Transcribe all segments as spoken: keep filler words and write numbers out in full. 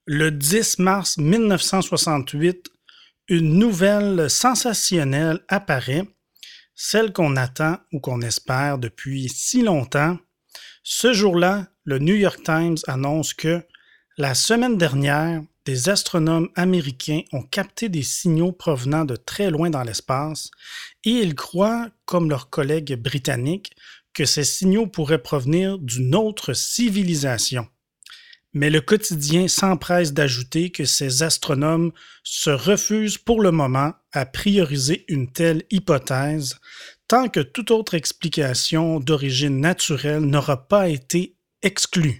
Le dix mars mille neuf cent soixante-huit, une nouvelle sensationnelle apparaît, celle qu'on attend ou qu'on espère depuis si longtemps. Ce jour-là, le New York Times annonce que la semaine dernière, des astronomes américains ont capté des signaux provenant de très loin dans l'espace et ils croient, comme leurs collègues britanniques, que ces signaux pourraient provenir d'une autre civilisation. Mais le quotidien s'empresse d'ajouter que ces astronomes se refusent pour le moment à prioriser une telle hypothèse tant que toute autre explication d'origine naturelle n'aura pas été exclue.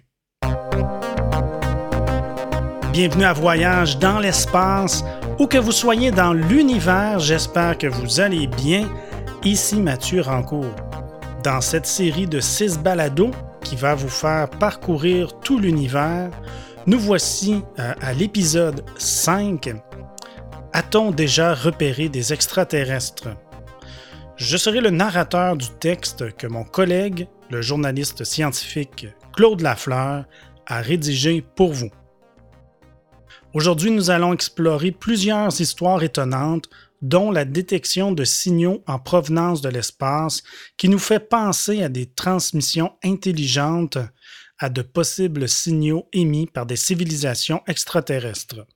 Bienvenue à Voyage dans l'espace, où que vous soyez dans l'univers, j'espère que vous allez bien. Ici Mathieu Rancourt. Dans cette série de six balados qui va vous faire parcourir tout l'univers, nous voici euh, à l'épisode cinq. A-t-on déjà repéré des extraterrestres? Je serai le narrateur du texte que mon collègue, le journaliste scientifique Claude Lafleur, a rédigé pour vous. Aujourd'hui, nous allons explorer plusieurs histoires étonnantes, dont la détection de signaux en provenance de l'espace qui nous fait penser à des transmissions intelligentes, à de possibles signaux émis par des civilisations extraterrestres.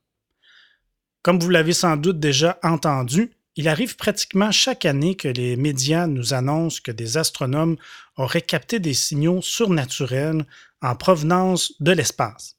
Comme vous l'avez sans doute déjà entendu, il arrive pratiquement chaque année que les médias nous annoncent que des astronomes auraient capté des signaux surnaturels en provenance de l'espace.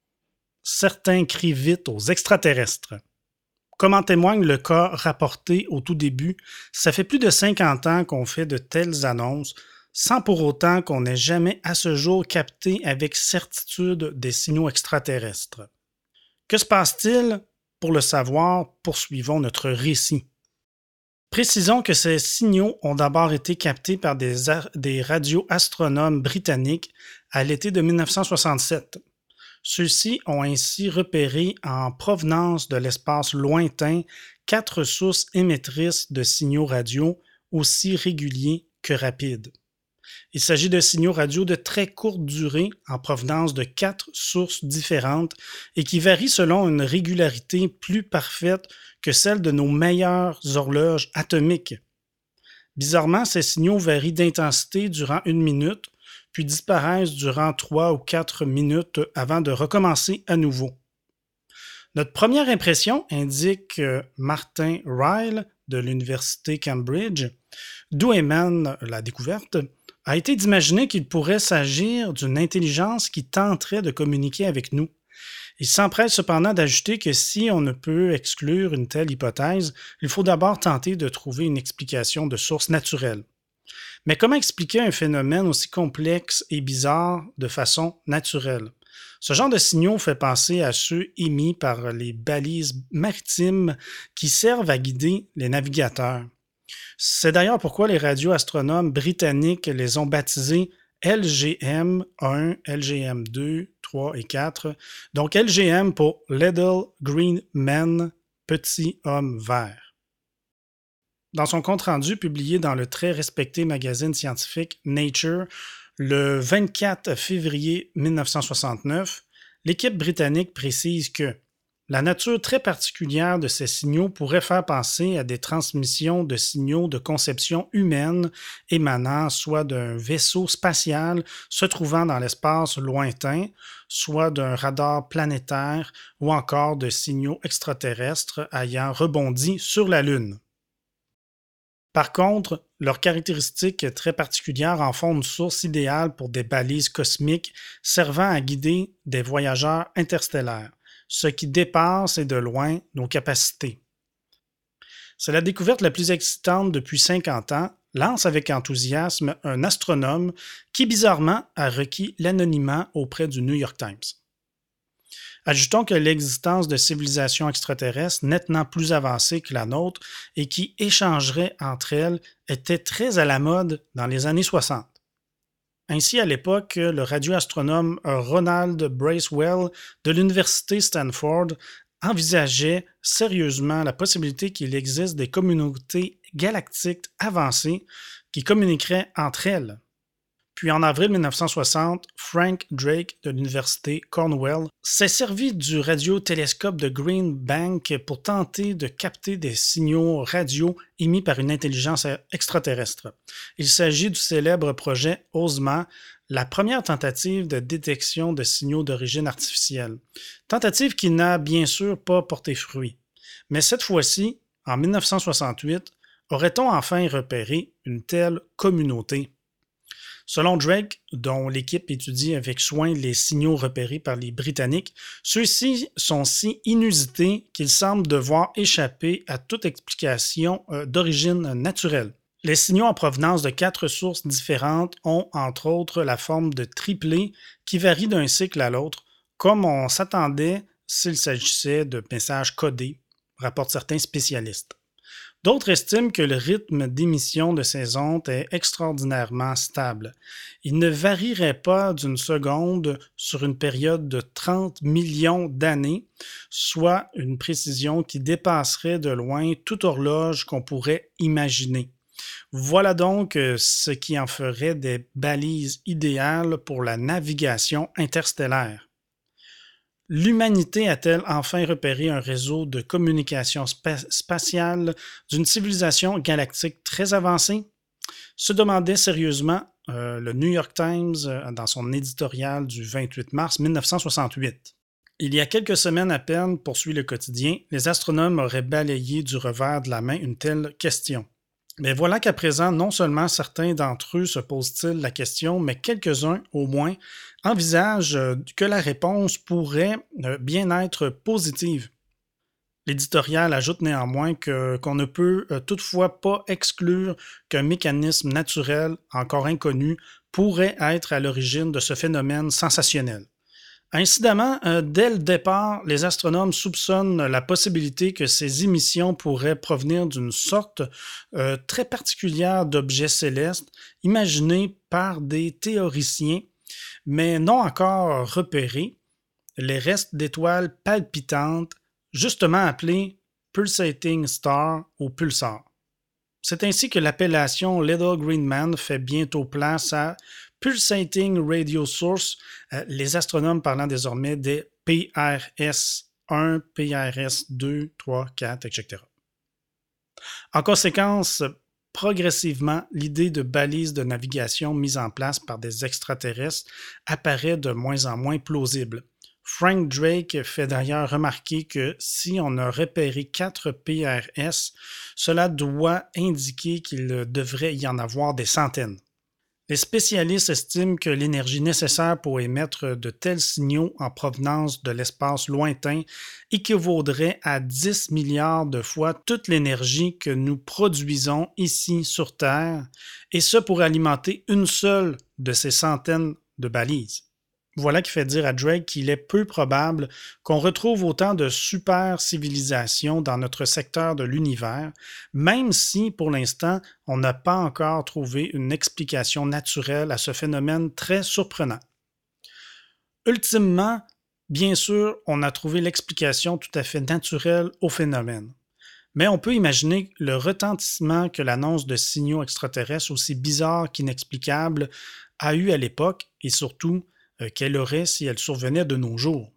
Certains crient vite aux extraterrestres. Comme en témoigne le cas rapporté au tout début, ça fait plus de cinquante ans qu'on fait de telles annonces, sans pour autant qu'on n'ait jamais à ce jour capté avec certitude des signaux extraterrestres. Que se passe-t-il? Pour le savoir, poursuivons notre récit. Précisons que ces signaux ont d'abord été captés par des, ar- des radioastronomes britanniques à l'été de mille neuf cent soixante-sept. Ceux-ci ont ainsi repéré en provenance de l'espace lointain quatre sources émettrices de signaux radio aussi réguliers que rapides. Il s'agit de signaux radio de très courte durée en provenance de quatre sources différentes et qui varient selon une régularité plus parfaite que celle de nos meilleures horloges atomiques. Bizarrement, ces signaux varient d'intensité durant une minute, puis disparaissent durant trois ou quatre minutes avant de recommencer à nouveau. Notre première impression indique que Martin Ryle de l'Université Cambridge, d'où émane la découverte, a été d'imaginer qu'il pourrait s'agir d'une intelligence qui tenterait de communiquer avec nous. Il s'empresse cependant d'ajouter que si on ne peut exclure une telle hypothèse, il faut d'abord tenter de trouver une explication de source naturelle. Mais comment expliquer un phénomène aussi complexe et bizarre de façon naturelle? Ce genre de signaux fait penser à ceux émis par les balises maritimes qui servent à guider les navigateurs. C'est d'ailleurs pourquoi les radioastronomes britanniques les ont baptisés L G M un, L G M deux, trois et quatre, donc L G M pour Little Green Men, Petit Homme Vert. Dans son compte-rendu publié dans le très respecté magazine scientifique Nature le vingt-quatre février mille neuf cent soixante-neuf, l'équipe britannique précise que la nature très particulière de ces signaux pourrait faire penser à des transmissions de signaux de conception humaine émanant soit d'un vaisseau spatial se trouvant dans l'espace lointain, soit d'un radar planétaire ou encore de signaux extraterrestres ayant rebondi sur la Lune. Par contre, leurs caractéristiques très particulières en font une source idéale pour des balises cosmiques servant à guider des voyageurs interstellaires, ce qui dépasse et de loin nos capacités. C'est la découverte la plus excitante depuis cinquante ans, lance avec enthousiasme un astronome qui bizarrement a requis l'anonymat auprès du New York Times. Ajoutons que l'existence de civilisations extraterrestres nettement plus avancées que la nôtre et qui échangeraient entre elles était très à la mode dans les années soixante. Ainsi, à l'époque, le radioastronome Ronald Bracewell de l'Université Stanford envisageait sérieusement la possibilité qu'il existe des communautés galactiques avancées qui communiqueraient entre elles. Puis en avril mille neuf cent soixante, Frank Drake de l'Université Cornell s'est servi du radiotélescope de Green Bank pour tenter de capter des signaux radio émis par une intelligence extraterrestre. Il s'agit du célèbre projet OSMA, la première tentative de détection de signaux d'origine artificielle. Tentative qui n'a bien sûr pas porté fruit. Mais cette fois-ci, en mille neuf cent soixante-huit, aurait-on enfin repéré une telle communauté? Selon Drake, dont l'équipe étudie avec soin les signaux repérés par les Britanniques, ceux-ci sont si inusités qu'ils semblent devoir échapper à toute explication euh, d'origine naturelle. Les signaux en provenance de quatre sources différentes ont entre autres la forme de triplés qui varient d'un cycle à l'autre, comme on s'attendait s'il s'agissait de messages codés, rapportent certains spécialistes. D'autres estiment que le rythme d'émission de ces ondes est extraordinairement stable. Il ne varierait pas d'une seconde sur une période de trente millions d'années, soit une précision qui dépasserait de loin toute horloge qu'on pourrait imaginer. Voilà donc ce qui en ferait des balises idéales pour la navigation interstellaire. L'humanité a-t-elle enfin repéré un réseau de communication spa- spatiale d'une civilisation galactique très avancée? Se demandait sérieusement euh, le New York Times euh, dans son éditorial du vingt-huit mars mille neuf cent soixante-huit. Il y a quelques semaines à peine, poursuit le quotidien, les astronomes auraient balayé du revers de la main une telle question. Mais voilà qu'à présent, non seulement certains d'entre eux se posent-ils la question, mais quelques-uns, au moins, envisagent que la réponse pourrait bien être positive. L'éditorial ajoute néanmoins que, qu'on ne peut toutefois pas exclure qu'un mécanisme naturel, encore inconnu, pourrait être à l'origine de ce phénomène sensationnel. Incidemment, euh, dès le départ, les astronomes soupçonnent la possibilité que ces émissions pourraient provenir d'une sorte euh, très particulière d'objets célestes imaginés par des théoriciens, mais non encore repérés, les restes d'étoiles palpitantes, justement appelées Pulsating Star ou Pulsar. C'est ainsi que l'appellation Little Green Man fait bientôt place à Pulsating Radio Source, euh, les astronomes parlant désormais des P R S un, P R S deux, trois, quatre, et cetera. En conséquence, progressivement, l'idée de balises de navigation mise en place par des extraterrestres apparaît de moins en moins plausible. Frank Drake fait d'ailleurs remarquer que si on a repéré quatre P R S, cela doit indiquer qu'il devrait y en avoir des centaines. Les spécialistes estiment que l'énergie nécessaire pour émettre de tels signaux en provenance de l'espace lointain équivaudrait à dix milliards de fois toute l'énergie que nous produisons ici sur Terre, et ce pour alimenter une seule de ces centaines de balises. Voilà qui fait dire à Drake qu'il est peu probable qu'on retrouve autant de super-civilisations dans notre secteur de l'univers, même si, pour l'instant, on n'a pas encore trouvé une explication naturelle à ce phénomène très surprenant. Ultimement, bien sûr, on a trouvé l'explication tout à fait naturelle au phénomène. Mais on peut imaginer le retentissement que l'annonce de signaux extraterrestres aussi bizarres qu'inexplicables a eu à l'époque et surtout qu'elle aurait si elle survenait de nos jours.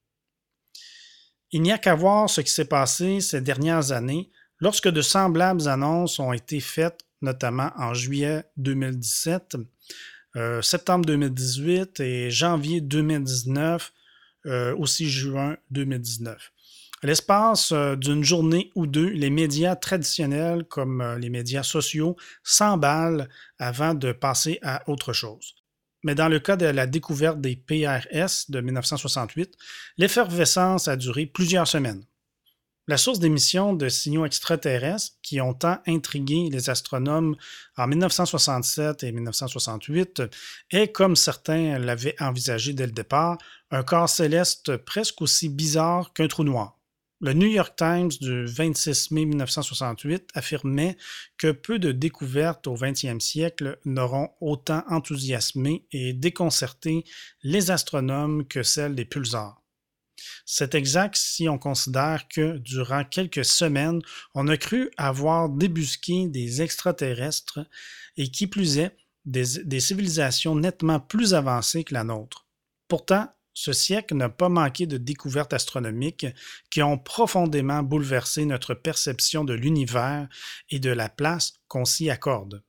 Il n'y a qu'à voir ce qui s'est passé ces dernières années lorsque de semblables annonces ont été faites, notamment en juillet deux mille dix-sept, euh, septembre deux mille dix-huit et janvier deux mille dix-neuf, euh, aussi juin deux mille dix-neuf. À l'espace euh, d'une journée ou deux, les médias traditionnels comme euh, les médias sociaux s'emballent avant de passer à autre chose. Mais dans le cas de la découverte des P R S de dix-neuf cent soixante-huit, l'effervescence a duré plusieurs semaines. La source d'émission de signaux extraterrestres qui ont tant intrigué les astronomes en dix-neuf cent soixante-sept et dix-neuf cent soixante-huit est, comme certains l'avaient envisagé dès le départ, un corps céleste presque aussi bizarre qu'un trou noir. Le New York Times du vingt-six mai dix-neuf cent soixante-huit affirmait que peu de découvertes au vingtième siècle n'auront autant enthousiasmé et déconcerté les astronomes que celles des pulsars. C'est exact si on considère que, durant quelques semaines, on a cru avoir débusqué des extraterrestres et qui plus est, des, des civilisations nettement plus avancées que la nôtre. Pourtant, ce siècle n'a pas manqué de découvertes astronomiques qui ont profondément bouleversé notre perception de l'univers et de la place qu'on s'y accorde.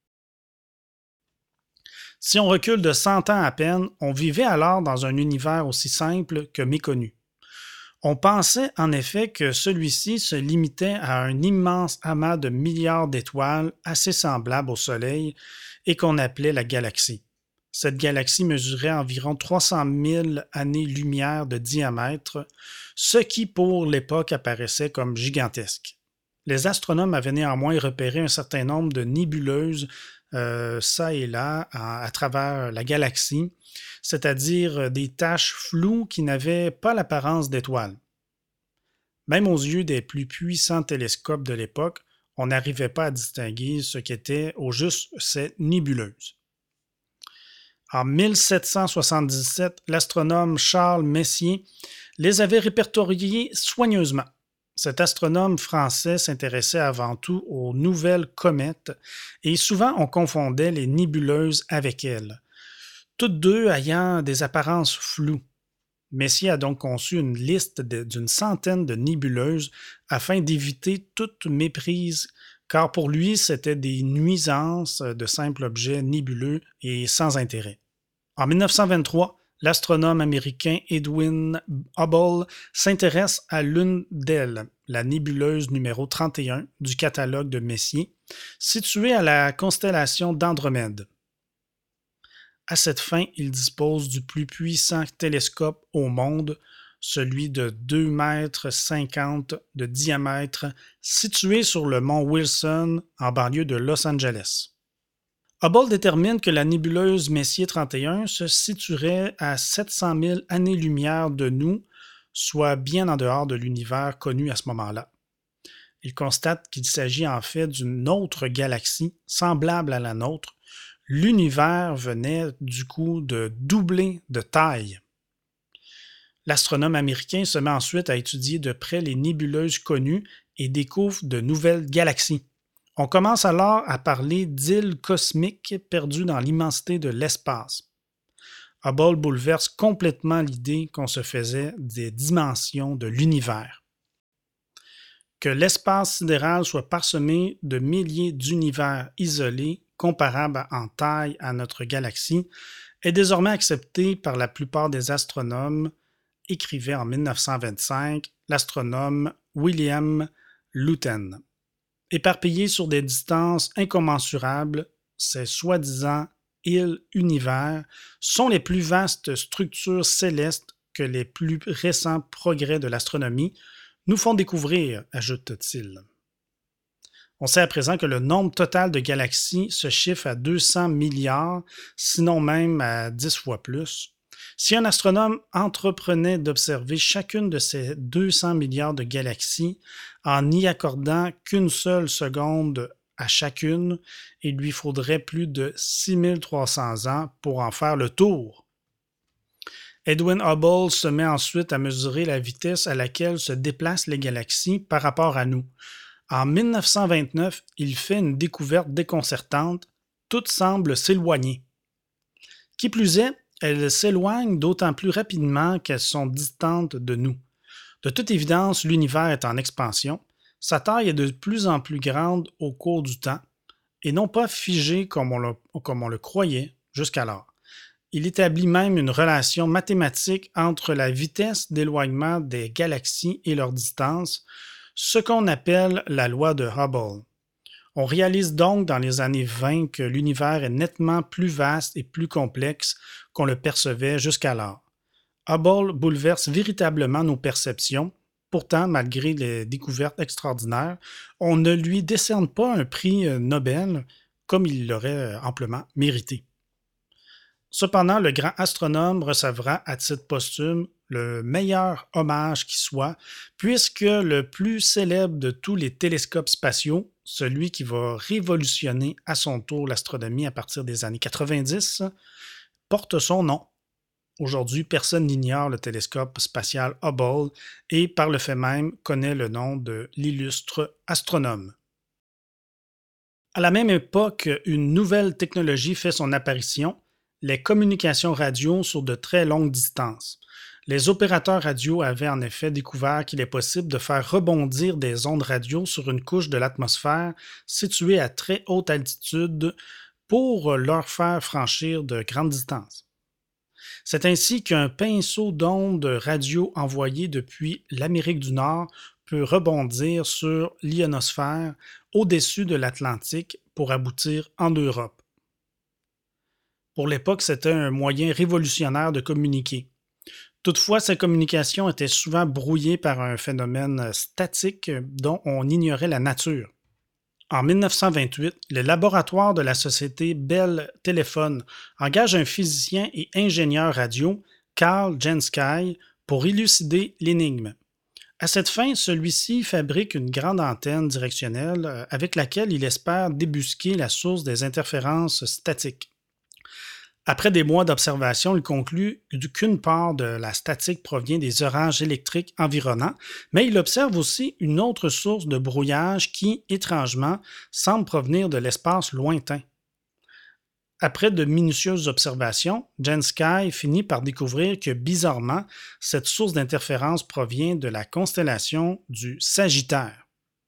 Si on recule de cent ans à peine, on vivait alors dans un univers aussi simple que méconnu. On pensait en effet que celui-ci se limitait à un immense amas de milliards d'étoiles assez semblables au Soleil et qu'on appelait la galaxie. Cette galaxie mesurait environ trois cent mille années-lumière de diamètre, ce qui pour l'époque apparaissait comme gigantesque. Les astronomes avaient néanmoins repéré un certain nombre de nébuleuses euh, ça et là à, à travers la galaxie, c'est-à-dire des taches floues qui n'avaient pas l'apparence d'étoiles. Même aux yeux des plus puissants télescopes de l'époque, on n'arrivait pas à distinguer ce qu'étaient au juste ces nébuleuses. En mille sept cent soixante-dix-sept, l'astronome Charles Messier les avait répertoriées soigneusement. Cet astronome français s'intéressait avant tout aux nouvelles comètes et souvent on confondait les nébuleuses avec elles, toutes deux ayant des apparences floues. Messier a donc conçu une liste de, d'une centaine de nébuleuses afin d'éviter toute méprise, car pour lui, c'était des nuisances de simples objets nébuleux et sans intérêt. En mille neuf cent vingt-trois, l'astronome américain Edwin Hubble s'intéresse à l'une d'elles, la nébuleuse numéro trente et un du catalogue de Messier, située à la constellation d'Andromède. À cette fin, il dispose du plus puissant télescope au monde, celui de deux mètres cinquante de diamètre, situé sur le mont Wilson, en banlieue de Los Angeles. Hubble détermine que la nébuleuse Messier trente et un se situerait à sept cent mille années-lumière de nous, soit bien en dehors de l'univers connu à ce moment-là. Il constate qu'il s'agit en fait d'une autre galaxie, semblable à la nôtre. L'univers venait du coup de doubler de taille. L'astronome américain se met ensuite à étudier de près les nébuleuses connues et découvre de nouvelles galaxies. On commence alors à parler d'îles cosmiques perdues dans l'immensité de l'espace. Hubble bouleverse complètement l'idée qu'on se faisait des dimensions de l'univers. Que l'espace sidéral soit parsemé de milliers d'univers isolés, comparables en taille à notre galaxie, est désormais accepté par la plupart des astronomes, écrivait en mille neuf cent vingt-cinq l'astronome William Loudon. Éparpillés sur des distances incommensurables, ces soi-disant îles-univers sont les plus vastes structures célestes que les plus récents progrès de l'astronomie nous font découvrir, ajoute-t-il. On sait à présent que le nombre total de galaxies se chiffre à deux cents milliards, sinon même à dix fois plus. Si un astronome entreprenait d'observer chacune de ces deux cents milliards de galaxies en n'y accordant qu'une seule seconde à chacune, il lui faudrait plus de six mille trois cents ans pour en faire le tour. Edwin Hubble se met ensuite à mesurer la vitesse à laquelle se déplacent les galaxies par rapport à nous. En mille neuf cent vingt-neuf, il fait une découverte déconcertante. Toutes semblent s'éloigner. Qui plus est, elles s'éloignent d'autant plus rapidement qu'elles sont distantes de nous. De toute évidence, l'univers est en expansion. Sa taille est de plus en plus grande au cours du temps, et non pas figée comme on le, comme on le croyait jusqu'alors. Il établit même une relation mathématique entre la vitesse d'éloignement des galaxies et leur distance, ce qu'on appelle la loi de Hubble. On réalise donc dans les années vingt que l'univers est nettement plus vaste et plus complexe qu'on le percevait jusqu'alors. Hubble bouleverse véritablement nos perceptions. Pourtant, malgré les découvertes extraordinaires, on ne lui décerne pas un prix Nobel comme il l'aurait amplement mérité. Cependant, le grand astronome recevra à titre posthume le meilleur hommage qui soit, puisque le plus célèbre de tous les télescopes spatiaux, celui qui va révolutionner à son tour l'astronomie à partir des années quatre-vingt-dix, porte son nom. Aujourd'hui, personne n'ignore le télescope spatial Hubble et, par le fait même, connaît le nom de l'illustre astronome. À la même époque, une nouvelle technologie fait son apparition, les communications radio sur de très longues distances. Les opérateurs radio avaient en effet découvert qu'il est possible de faire rebondir des ondes radio sur une couche de l'atmosphère située à très haute altitude pour leur faire franchir de grandes distances. C'est ainsi qu'un pinceau d'ondes radio envoyé depuis l'Amérique du Nord peut rebondir sur l'ionosphère au-dessus de l'Atlantique pour aboutir en Europe. Pour l'époque, c'était un moyen révolutionnaire de communiquer. Toutefois, ces communications étaient souvent brouillées par un phénomène statique dont on ignorait la nature. En dix-neuf cent vingt-huit, le laboratoire de la société Bell Telephone engage un physicien et ingénieur radio, Karl Jansky, pour élucider l'énigme. À cette fin, celui-ci fabrique une grande antenne directionnelle avec laquelle il espère débusquer la source des interférences statiques. Après des mois d'observation, il conclut qu'une part de la statique provient des orages électriques environnants, mais il observe aussi une autre source de brouillage qui, étrangement, semble provenir de l'espace lointain. Après de minutieuses observations, Jansky finit par découvrir que, bizarrement, cette source d'interférence provient de la constellation du Sagittaire.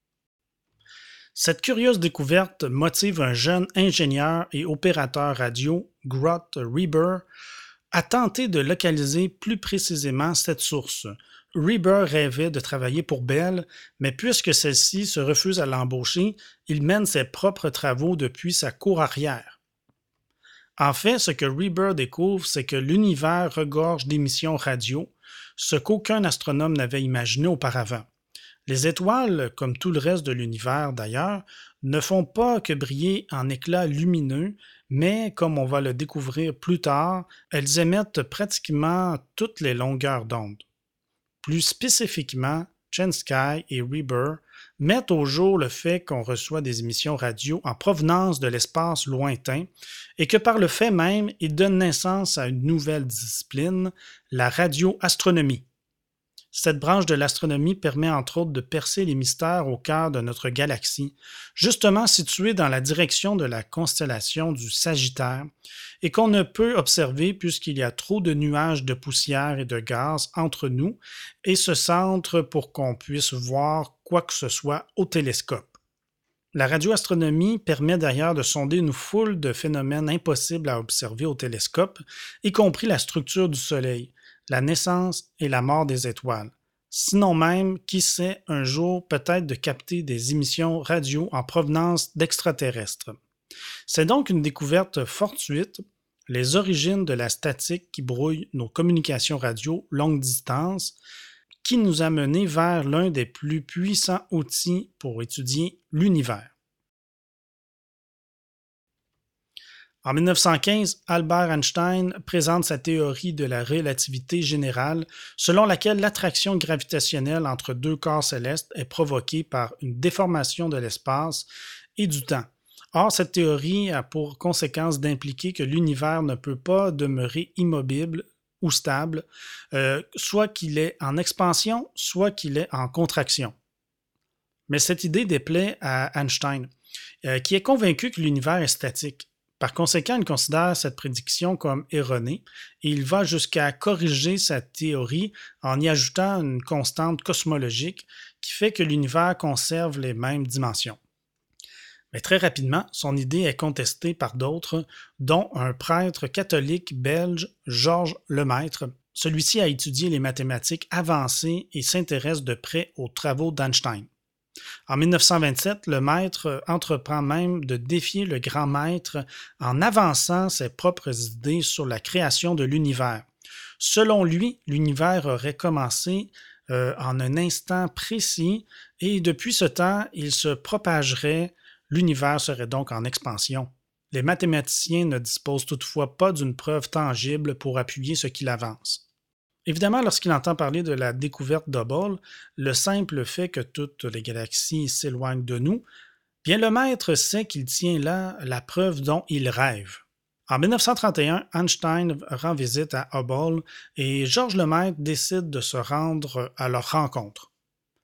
Cette curieuse découverte motive un jeune ingénieur et opérateur radio, Groth Reber, à tenter de localiser plus précisément cette source. Reber rêvait de travailler pour Bell, mais puisque celle-ci se refuse à l'embaucher, il mène ses propres travaux depuis sa cour arrière. En fait, ce que Reber découvre, c'est que l'univers regorge d'émissions radio, ce qu'aucun astronome n'avait imaginé auparavant. Les étoiles, comme tout le reste de l'univers d'ailleurs, ne font pas que briller en éclats lumineux, mais comme on va le découvrir plus tard, elles émettent pratiquement toutes les longueurs d'onde. Plus spécifiquement, Jansky et Reber mettent au jour le fait qu'on reçoit des émissions radio en provenance de l'espace lointain et que par le fait même, ils donnent naissance à une nouvelle discipline, la radioastronomie. Cette branche de l'astronomie permet entre autres de percer les mystères au cœur de notre galaxie, justement située dans la direction de la constellation du Sagittaire, et qu'on ne peut observer puisqu'il y a trop de nuages de poussière et de gaz entre nous et ce centre pour qu'on puisse voir quoi que ce soit au télescope. La radioastronomie permet d'ailleurs de sonder une foule de phénomènes impossibles à observer au télescope, y compris la structure du Soleil, la naissance et la mort des étoiles. Sinon même, qui sait, un jour peut-être de capter des émissions radio en provenance d'extraterrestres. C'est donc une découverte fortuite, les origines de la statique qui brouille nos communications radio longue distance, qui nous a menés vers l'un des plus puissants outils pour étudier l'univers. En dix-neuf cent quinze, Albert Einstein présente sa théorie de la relativité générale, selon laquelle l'attraction gravitationnelle entre deux corps célestes est provoquée par une déformation de l'espace et du temps. Or, cette théorie a pour conséquence d'impliquer que l'univers ne peut pas demeurer immobile ou stable, euh, soit qu'il est en expansion, soit qu'il est en contraction. Mais cette idée déplaît à Einstein, euh, qui est convaincu que l'univers est statique. Par conséquent, il considère cette prédiction comme erronée et il va jusqu'à corriger sa théorie en y ajoutant une constante cosmologique qui fait que l'univers conserve les mêmes dimensions. Mais très rapidement, son idée est contestée par d'autres, dont un prêtre catholique belge, Georges Lemaître. Celui-ci a étudié les mathématiques avancées et s'intéresse de près aux travaux d'Einstein. En dix-neuf cent vingt-sept, Lemaître entreprend même de défier le grand maître en avançant ses propres idées sur la création de l'univers. Selon lui, l'univers aurait commencé euh, en un instant précis et depuis ce temps, il se propagerait. L'univers serait donc en expansion. Les mathématiciens ne disposent toutefois pas d'une preuve tangible pour appuyer ce qu'il avance. Évidemment, lorsqu'il entend parler de la découverte d'Hubble, le simple fait que toutes les galaxies s'éloignent de nous, bien le maître sait qu'il tient là la preuve dont il rêve. En dix-neuf cent trente et un, Einstein rend visite à Hubble et Georges Lemaître décide de se rendre à leur rencontre.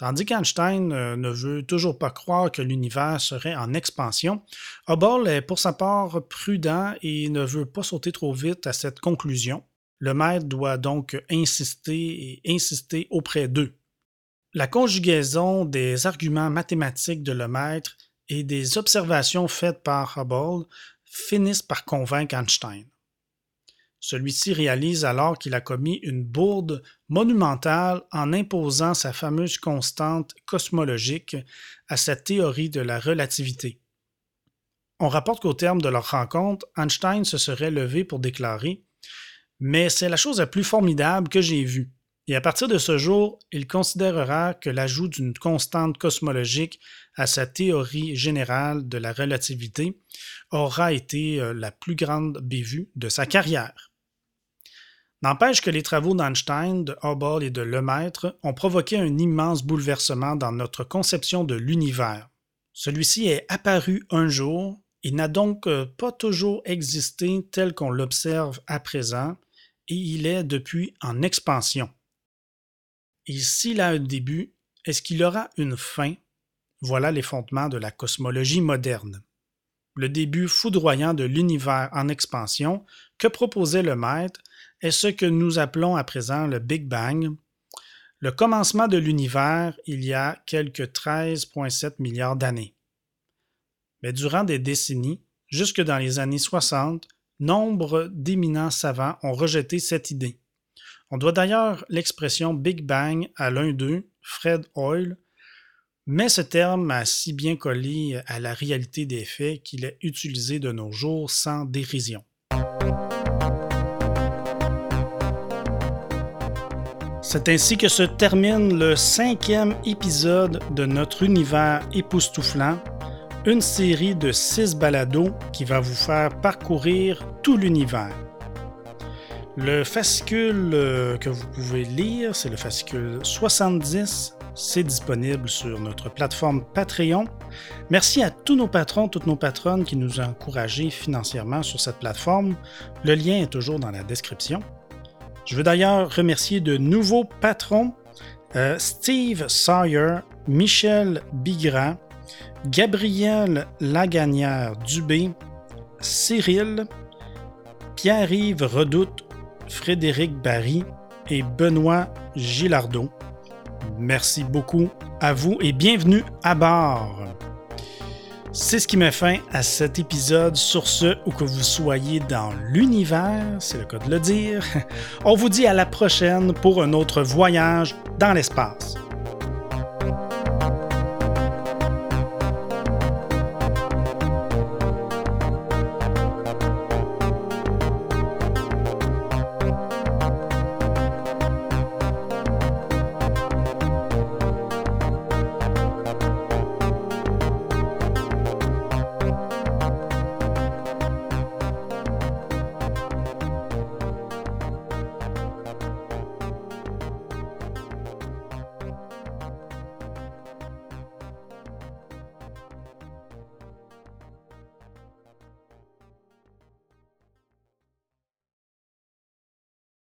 Tandis qu'Einstein euh, ne veut toujours pas croire que l'univers serait en expansion, Hubble est pour sa part prudent et ne veut pas sauter trop vite à cette conclusion. Le maître doit donc insister et insister auprès d'eux. La conjugaison des arguments mathématiques de Lemaître et des observations faites par Hubble finissent par convaincre Einstein. Celui-ci réalise alors qu'il a commis une bourde monumentale en imposant sa fameuse constante cosmologique à sa théorie de la relativité. On rapporte qu'au terme de leur rencontre, Einstein se serait levé pour déclarer « Mais c'est la chose la plus formidable que j'ai vue. » Et à partir de ce jour, il considérera que l'ajout d'une constante cosmologique à sa théorie générale de la relativité aura été la plus grande bévue de sa carrière. N'empêche que les travaux d'Einstein, de Hubble et de Lemaître ont provoqué un immense bouleversement dans notre conception de l'univers. Celui-ci est apparu un jour et n'a donc pas toujours existé tel qu'on l'observe à présent, et il est depuis en expansion. Et s'il a un début, est-ce qu'il aura une fin? Voilà les fondements de la cosmologie moderne. Le début foudroyant de l'univers en expansion que proposait le maître est ce que nous appelons à présent le Big Bang. Le commencement de l'univers il y a quelques treize virgule sept milliards d'années. Mais durant des décennies, jusque dans les années soixante, nombre d'éminents savants ont rejeté cette idée. On doit d'ailleurs l'expression Big Bang à l'un d'eux, Fred Hoyle, mais ce terme a si bien collé à la réalité des faits qu'il est utilisé de nos jours sans dérision. C'est ainsi que se termine le cinquième épisode de notre univers époustouflant, une série de six balados qui va vous faire parcourir tout l'univers. Le fascicule que vous pouvez lire, c'est le fascicule soixante-dix. C'est disponible sur notre plateforme Patreon. Merci à tous nos patrons, toutes nos patronnes qui nous ont encouragés financièrement sur cette plateforme. Le lien est toujours dans la description. Je veux d'ailleurs remercier de nouveaux patrons, euh, Steve Sawyer, Michel Bigrand, Gabriel Lagagnère-Dubé, Cyril, Pierre-Yves Redoute, Frédéric Barry et Benoît Gilardot. Merci beaucoup à vous et bienvenue à bord. C'est ce qui met fin à cet épisode. Sur ce, où que vous soyez dans l'univers, c'est le cas de le dire, on vous dit à la prochaine pour un autre voyage dans l'espace.